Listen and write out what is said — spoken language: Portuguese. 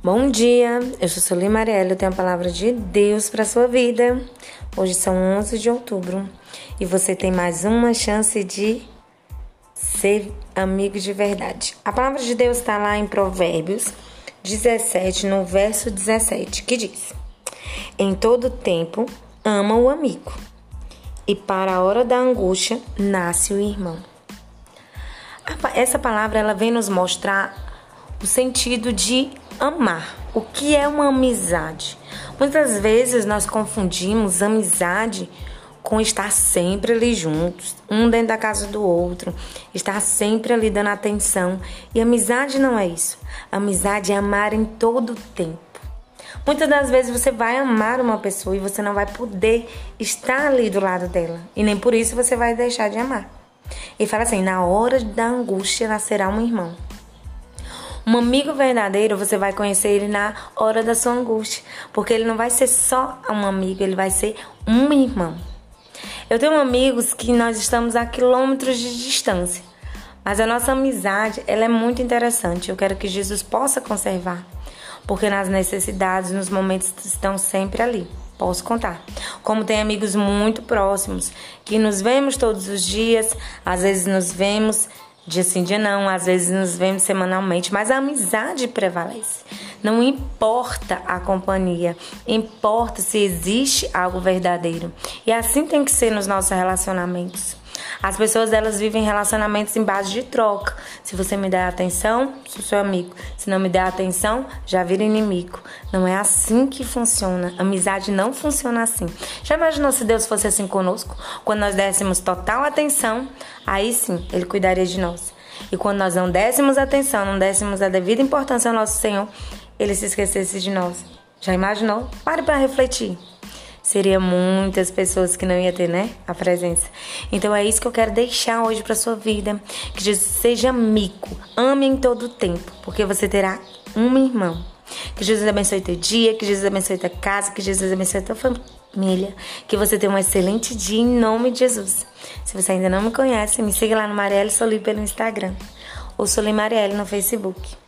Bom dia, eu sou Sueli Marielle, eu tenho a palavra de Deus para sua vida. Hoje são 11 de outubro e você tem mais uma chance de ser amigo de verdade. A palavra de Deus está lá em Provérbios 17, no verso 17, que diz: em todo tempo ama o amigo, e para a hora da angústia nasce o irmão. Essa palavra ela vem nos mostrar o sentido de amar. O que é uma amizade? Muitas vezes nós confundimos amizade com estar sempre ali juntos, um dentro da casa do outro, estar sempre ali dando atenção. E amizade não é isso. Amizade é amar em todo o tempo. Muitas das vezes você vai amar uma pessoa e você não vai poder estar ali do lado dela. E nem por isso você vai deixar de amar. E fala assim: na hora da angústia nascerá um irmão. Um amigo verdadeiro, você vai conhecer ele na hora da sua angústia. Porque ele não vai ser só um amigo, ele vai ser um irmão. Eu tenho amigos que nós estamos a quilômetros de distância. Mas a nossa amizade, ela é muito interessante. Eu quero que Jesus possa conservar. Porque nas necessidades, nos momentos estão sempre ali. Posso contar. Como tem amigos muito próximos, que nos vemos todos os dias, às vezes nos vemos dia sim, dia não, às vezes nos vemos semanalmente, mas a amizade prevalece. Não importa a companhia, importa se existe algo verdadeiro. E assim tem que ser nos nossos relacionamentos. As pessoas, elas vivem relacionamentos em base de troca. Se você me der atenção, sou seu amigo. Se não me der atenção, já vira inimigo. Não é assim que funciona. Amizade não funciona assim. Já imaginou se Deus fosse assim conosco? Quando nós dessemos total atenção, aí sim, Ele cuidaria de nós. E quando nós não dessemos atenção, não dessemos a devida importância ao nosso Senhor, Ele se esquecesse de nós. Já imaginou? Pare para refletir. Seria muitas pessoas que não ia ter, né, a presença. Então é isso que eu quero deixar hoje para sua vida. Que Jesus seja amigo, ame em todo o tempo, porque você terá um irmão. Que Jesus abençoe teu dia, que Jesus abençoe tua casa, que Jesus abençoe tua família. Que você tenha um excelente dia em nome de Jesus. Se você ainda não me conhece, me siga lá no Marielle Soli pelo Instagram ou Sueli Marielle no Facebook.